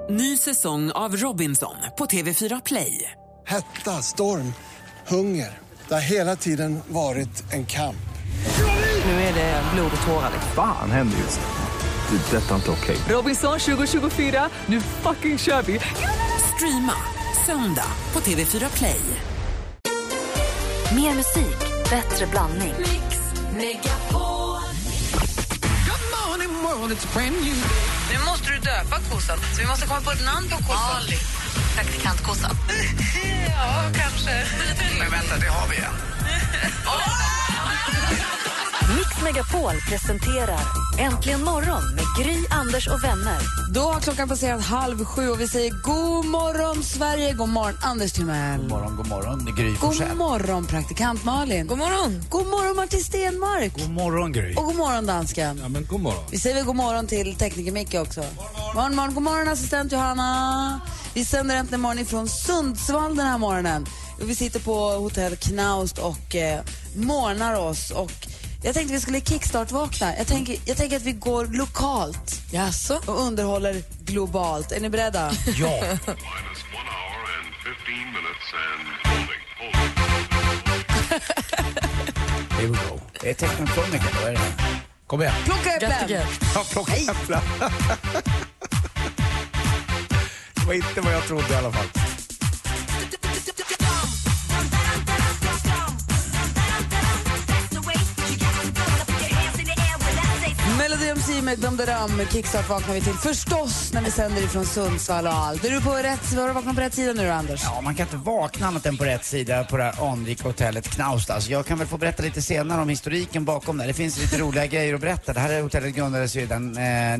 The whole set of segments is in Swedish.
Ny säsong av Robinson på TV4 Play. Hetta, storm, hunger. Det har hela tiden varit en kamp. Nu är det blod och tårar. Fan händer just nu. Det. Detta är inte okej. Robinson 2024, nu fucking kör vi. Streama söndag på TV4 Play. Mer musik, bättre blandning. Mix Megapol. Good morning world, it's brand new. Nu måste du döpa kossan, så vi måste komma på ett namn på kossan. Ali, praktikantkossan. Ja, kanske. Men vänta, det har vi igen. Mix Megapol presenterar Äntligen morgon med Gry, Anders och vänner. Då har klockan passerat 6:30 och vi säger god morgon Sverige, god morgon Anders Timell. God morgon, det är Gry Forssell. God morgon praktikant Malin. God morgon. God morgon Martin Stenmark. God morgon, Gry. Och god morgon dansken. Ja, men god morgon. Vi säger väl god morgon till tekniker Micke också. Morgon. God morgon assistent Johanna. Vi sänder äntligen morgon ifrån Sundsvall den här morgonen. Vi sitter på hotell Knaust och morgnar oss och jag tänkte vi skulle kickstart-vakna. Jag tänker att vi går lokalt. Jaså? Och underhåller globalt. Är ni beredda? Ja. Here we go. Det är tecknet från Micke, då är det. Kom igen. Plocka äpplen! Ja, plocka äpplen. Det var inte vad jag trodde i alla fall. Melody MC med Dum Dum kickstart vaknar vi till förstås när vi sänder ifrån Sundsvall och allt. Är du på rätt, har du vaknat på rätt sida nu då, Anders? Ja, man kan inte vakna annat än på rätt sida på det här anrika hotellet Knaust. Alltså, jag kan väl få berätta lite senare om historiken bakom det. Det finns lite roliga grejer att berätta. Det här hotellet grundades redan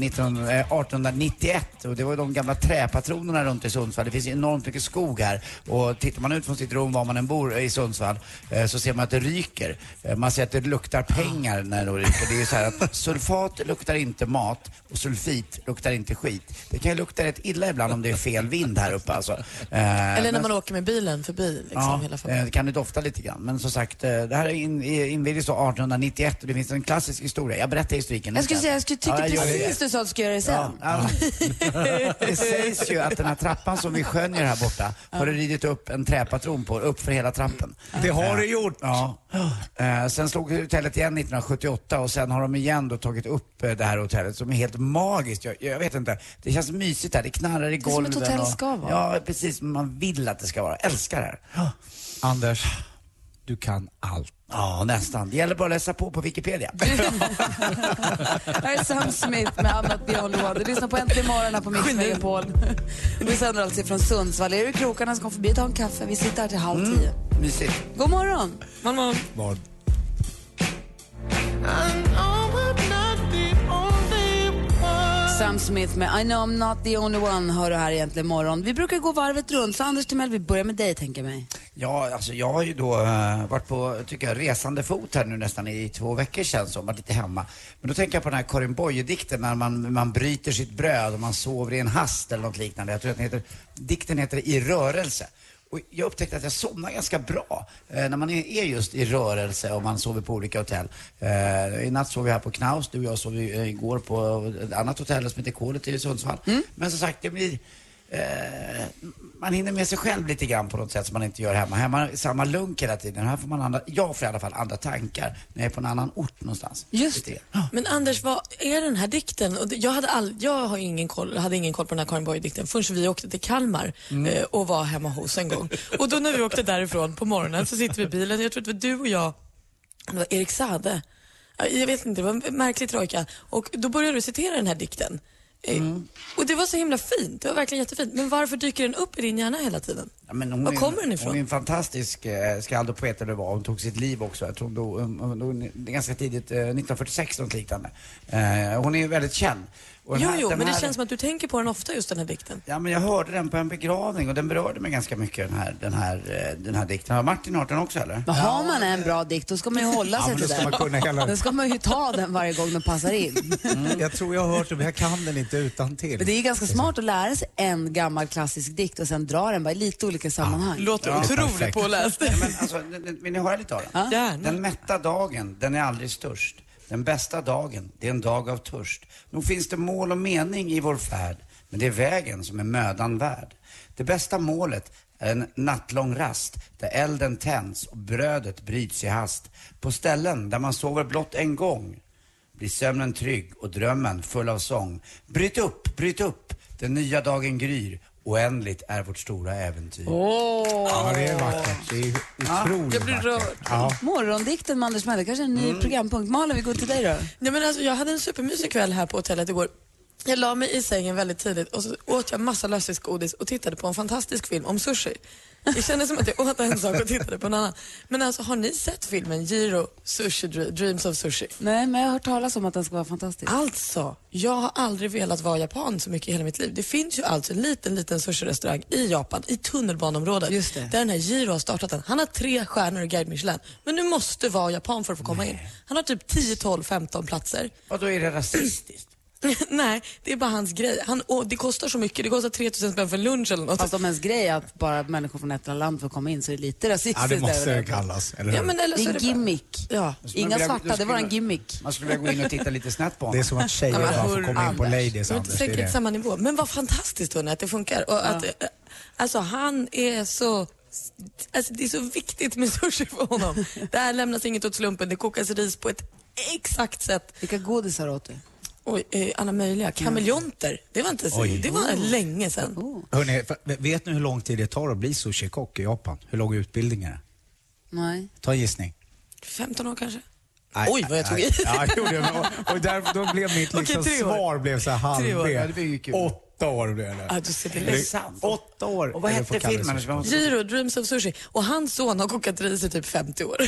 1891 och det var ju de gamla träpatronerna runt i Sundsvall. Det finns ju enormt mycket skog här och tittar man ut från sitt rum var man än bor i Sundsvall så ser man att det ryker. Man ser att det luktar pengar när det ryker. Det är ju så här att sulfat luktar inte mat och sulfit luktar inte skit. Det kan ju lukta rätt illa ibland om det är fel vind här uppe alltså. Eller när man åker med bilen förbi liksom, hela familjen. Det kan det dofta lite grann. Men som sagt, det här invigdes då 1891 och det finns en klassisk historia. Jag berättar historiken. Jag skulle tycka precis du sa att du ska göra det sen. Ja. Det sägs ju att den här trappan som vi skönjer här borta har det ridit upp en träpatron på, upp för hela trappen. Det har det gjort. Ja. Sen slog hotellet igen 1978 och sen har de igen då tagit upp det här hotellet som är helt magiskt. Jag vet inte, det känns mysigt här, det knarrar i golven. Det är som ett hotell ska vara. Ja, precis, man vill att det ska vara. Älskar det här. Anders, du kan allt. Ja, nästan. Det gäller bara att läsa på Wikipedia. Det här är Sam Smith med I'm Not The Only One. Du lyssnar på Äntligen morgon här på Mix Megapol. Vi sänder alltså från Sundsvall. Är du i krokarna så kom förbi och ta en kaffe. Vi sitter här till 9:30. Mysigt. God morgon. Morgon. Sam Smith med I know I'm not the only one hör du här egentligen imorgon. Vi brukar gå varvet runt, så Anders Timell, vi börjar med dig tänker mig. Ja, alltså jag har ju då varit på, tycker jag, resande fot här nu nästan i 2 veckor känns som, varit lite hemma. Men då tänker jag på den här Karin Boye-dikten när man bryter sitt bröd och man sover i en hast eller något liknande. Jag tror att dikten heter I rörelse. Och jag upptäckte att jag somnar ganska bra när man är just i rörelse och man sover på olika hotell. I natt sov vi här på Knaust, du och jag sov igår på ett annat hotell som heter Quality i Sundsvall. Men som sagt, det blir... man hinner med sig själv lite grann på något sätt som man inte gör hemma. Hemma är samma lunk hela tiden. Här får man jag får i alla fall andra tankar när jag är på en annan ort någonstans. Just det. Men Anders, vad är den här dikten? Och jag hade ingen koll på den här Karin Boye-dikten förrän vi åkte till Kalmar och var hemma hos en gång. Och då när vi åkte därifrån på morgonen så sitter vi i bilen. Jag tror att det var du och jag, det var Erik Sade. Jag vet inte, det var en märklig trojka. Och då började du citera den här dikten. Och det var så himla fint, det var verkligen jättefint. Men varför dyker den upp i din hjärna hela tiden? Ja, men var kommer den ifrån? Hon är en fantastisk skald och poet, eller vad. Hon tog sitt liv också. Jag tror hon dog ganska tidigt, 1946 något liknande. Hon är ju väldigt känd. Jo, men det känns som att du tänker på den ofta, just den här dikten. Ja, men jag hörde den på en begravning och den berörde mig ganska mycket, den här dikten. Har Martin hört den också, eller? Men har man en bra dikt, då ska man ju hålla sig till den. Då ska man ju ta den varje gång den passar in. Jag tror jag har hört den, men jag kan den inte utan till. Men det är ganska smart att lära sig en gammal klassisk dikt och sen dra den bara i lite olika sammanhang. Låter otroligt påläst. Ja, men alltså, vill ni höra lite av den? Ja. Den mätta dagen, den är aldrig störst. Den bästa dagen, det är en dag av törst. Nog finns det mål och mening i vår färd. Men det är vägen som är mödan värd. Det bästa målet är en nattlång rast där elden tänds och brödet bryts i hast. På ställen där man sover blott en gång blir sömnen trygg och drömmen full av sång. Bryt upp, den nya dagen gryr. Oändligt är vårt stora äventyr. Ja, det är vackert. Det är otroligt jag blir rörd. Ja. Morgondikten med Anders Melle, kanske en ny programpunkt. Malin, vi går till dig då. Nej, men alltså, jag hade en supermysig kväll här på hotellet igår. Jag la mig i sängen väldigt tidigt och så åt jag massa lösviktsgodis och tittade på en fantastisk film om sushi. Det kändes som att jag åt en sak och tittade på en annan. Men alltså, har ni sett filmen Jiro Sushi Dreams of Sushi? Nej, men jag har hört talas om att den ska vara fantastisk. Alltså, jag har aldrig velat vara japan så mycket i hela mitt liv. Det finns ju alltså en liten sushi-restaurang i Japan, i tunnelbaneområdet. Just det. Där den här Jiro har startat den. Han har 3 stjärnor i Guide Michelin. Men du måste vara japan för att få komma in. Han har typ 10, 12, 15 platser. Och då är det rasistiskt. Nej, det är bara hans grej. Det kostar så mycket. Det kostar 3000 spänn för lunch eller något. Fast om ens grej är att bara människor från ett land får komma in så är det lite rasistiskt. Ja, det måste det kallas. Eller hur? Ja, men eller Det så är en gimmick. Ja. Inga svarta, det var en gimmick. Man skulle vilja gå in och titta lite snett på honom. Det är som att tjejer bara får komma in på ladies, Men inte Anders. Det är säkert det. samma nivå. Men vad fantastiskt hörni, att det funkar. Och att, alltså han är så... Alltså det är så viktigt med sushi för honom. Där lämnas inget åt slumpen. Det kokas ris på ett exakt sätt. Vilka godisar åt du? Oj, alla möjliga. Kameleonter. Det var inte så. Det var länge sedan. Hörrni, vet ni hur lång tid det tar att bli sushi-kock i Japan? Hur lång utbildning är det? Nej. Ta en gissning. 15 år kanske. Nej, Oj, vad jag tog i. Ja, jag gjorde det. Och då blev mitt liksom, Okej, 3 år. svar blev så här 3 år. Ja, det halvben. blir ju kul. 8 år blev det. Ja, du ser det. Är det sant? 8 år. Och vad Eller får hette kalla det filmen? sushi. Jiro, Dreams of Sushi. Och hans son har kokat ris i typ 50 år.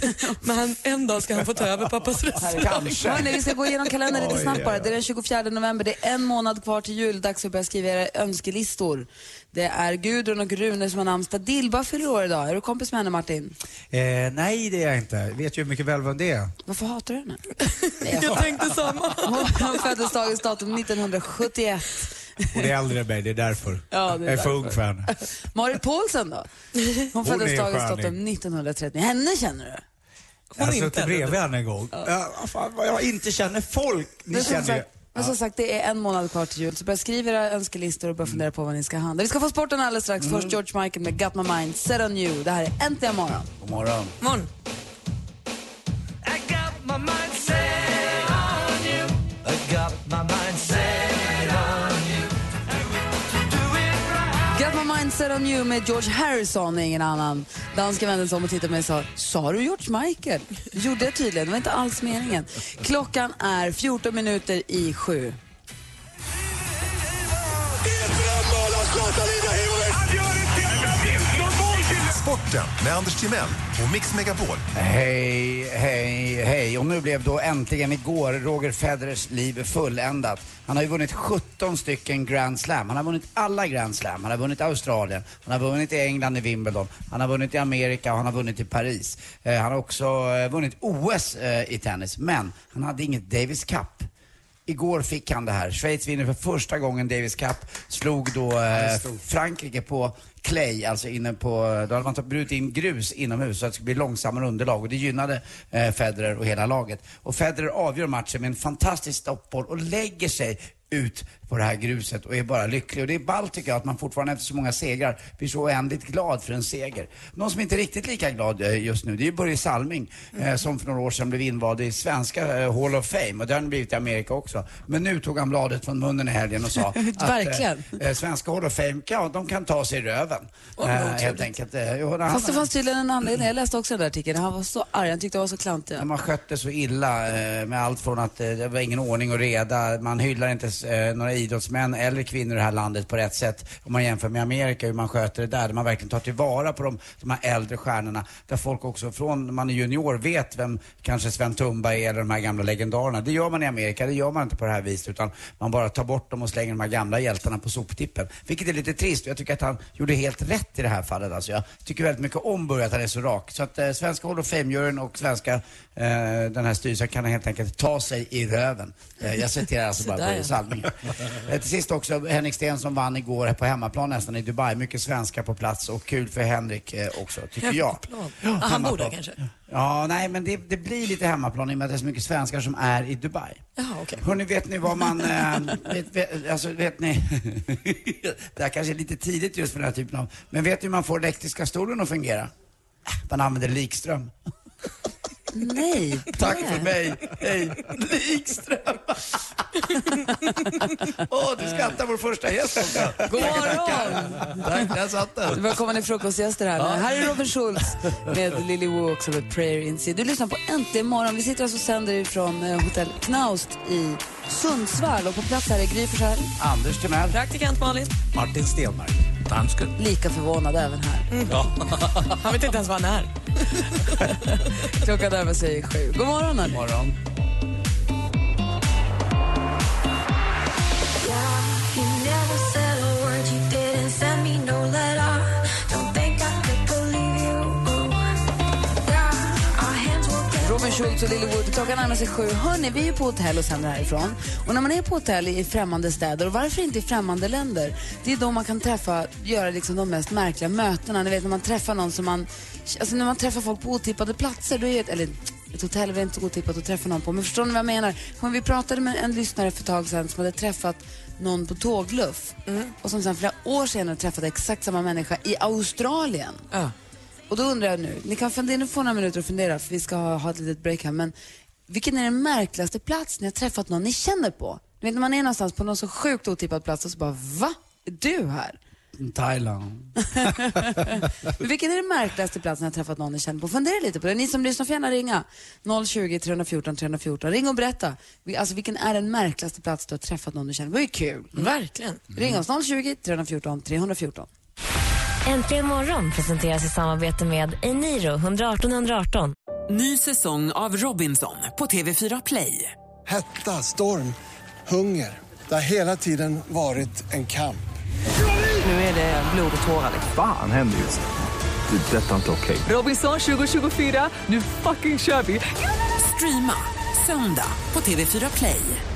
Men en dag ska han få ta över pappas restaurang. Hörrni, vi ska gå igenom kalendern lite snabbt bara. Det är den 24 november, det är en månad kvar till jul. Dags att börja skriva era önskelistor. Det är Gudrun och Rune som har namnsdag. Dilba fyller år idag. Är du kompis med henne, Martin? Nej, det är jag inte. Vet ju hur mycket vem det är. Varför hatar du henne? Jag tänkte samma. Hon föddes dagens datum 1971. Hon är äldre än mig, det är därför. Ja, det är jag är för därför. ung för henne. Marit Paulsen då? Hon föddes är dagens stjärnig. datum 1930. Henne känner du? Jag har inte suttit bredvid henne en gång. Ja, fan, vad jag inte känner folk. Ni Men som känner ju. sagt, men som sagt, det är en månad kvar till jul. Så börja skriva era önskelistor och börja fundera på vad ni ska handla. Vi ska få sporten alldeles strax. Först George Michael med Got My Mind Set On You. Det här är Äntligen morgon. God morgon. Morgon. Got My Mind Set On You med George Harrison, ingen annan. Dansken vände sig om och tittade på mig och sa du George Michael? Gjorde jag tydligen, det var inte alls meningen. Klockan är 14 minuter i 7. Sporten med Anders Timell och Mix Megapol. Hej. Och nu blev då äntligen igår Roger Federers liv fulländat. Han har ju vunnit 17 stycken Grand Slam. Han har vunnit alla Grand Slam. Han har vunnit Australien. Han har vunnit i England i Wimbledon. Han har vunnit i Amerika och han har vunnit i Paris. Han har också vunnit OS i tennis. Men han hade inget Davis Cup. Igår fick han det här. Schweiz vinner för första gången Davis Cup. Slog då Frankrike på clay, alltså inne på, då hade man brutit in grus inomhus så att det skulle bli långsammare underlag och det gynnade Federer och hela laget. Och Federer avgör matchen med en fantastisk stoppboll och lägger sig ut på det här gruset och är bara lycklig. Och det är ballt tycker jag att man fortfarande efter så många segrar blir så oändligt glad för en seger. Någon som inte är riktigt lika glad just nu, det är ju Börje Salming som för några år sedan blev invald i svenska Hall of Fame och det har han blivit i Amerika också. Men nu tog han bladet från munnen i helgen och sa att svenska Hall of Fame, ja, de kan ta sig i röven. Helt enkelt. Fast det fanns tydligen en anledning. Jag läste också den där artikeln. Han var så arg, han tyckte det var så klantigt. Man skötte så illa med allt från att det var ingen ordning och reda. Man hyllar inte några idrottsmän eller kvinnor i det här landet på rätt sätt. Om man jämför med Amerika, hur man sköter det där man verkligen tar tillvara på de här äldre stjärnorna. Där folk också från man är junior vet vem kanske Sven Tumba är eller de här gamla legendarerna. Det gör man i Amerika, det gör man inte på det här viset utan man bara tar bort dem och slänger de här gamla hjältarna på soptippen. Vilket är lite trist och jag tycker att han gjorde helt rätt i det här fallet. Alltså jag tycker väldigt mycket om Börje att han är så rak. Så att svenska Hall of Fame-juryn och svenska den här styrelsen kan helt enkelt ta sig i röven. Jag citerar alltså bara Börje Salming. Till sist också Henrik Sten som vann igår på hemmaplan nästan i Dubai. Mycket svenska på plats och kul för Henrik också, tycker jag. Han bor där kanske? Ja, nej, men det blir lite hemmaplan i och med att det är så mycket svenskar som är i Dubai. Jaha, okej. Hörrni, vet ni vad man... vet ni... det här kanske är lite tidigt just för den här typen av... Men vet ni hur man får elektriska stolen att fungera? Man använder likström. Nej. Tack för mig. Hej. Likström. Du skrattar vår första gäst också. God morgon. Tack, där satt den. Välkommen till frukostgäster här. Här är Robin Schultz med Lily Wu också med Prayer in Sea. Du lyssnar på Äntligen morgon. Vi sitter alltså och sänder från Hotell Knaust i Sundsvall. Och på plats här är Gry Forssell, Anders Timell, Praktikant Malin. Martin Stenmark. Dansken. lika förvånad även här. Han vet inte ens vad han är. Klockan närmar sig 7. God morgon, God morgon. Robin Schultz och Lily Wood. Klockan närmar sig 7. Hörrni, vi är på hotell och sänder härifrån. Och när man är på hotell i främmande städer, och varför inte i främmande länder, det är då man kan göra liksom de mest märkliga mötena. Ni vet, när man träffar någon som man... Alltså när man träffar folk på otippade platser, då är ett hotell är inte otippat att träffa någon på. Men förstår ni vad jag menar? Vi pratade med en lyssnare för ett tag sedan som hade träffat någon på tågluff. Och som sen flera år senare träffade exakt samma människa i Australien. Och då undrar jag nu, ni kan fundera, nu får några minuter att fundera för vi ska ha ett litet break här, men vilken är den märkligaste plats ni har träffat någon ni känner på? Du vet, när man är någonstans på någon så sjukt otippad plats och så bara, va? Är du här? Thailand. Men vilken är den märkligaste platsen ni har träffat någon ni känner på? Fundera lite på det. Ni som lyssnar får gärna ringa 020-314 314. Ring och berätta. Alltså, vilken är den märkligaste plats du har träffat någon du känner på? Det är kul. Verkligen. Ring oss 020-314 314. Äntligen morgon presenteras i samarbete med Eniro 118 118. Ny säsong av Robinson på TV4 Play. Hetta, storm, hunger. Det har hela tiden varit en kamp. Nu är det blod och tårar. Fan händer just det. Det är detta inte okej. Robinson 2024, nu fucking kör vi. Streama söndag på TV4 Play.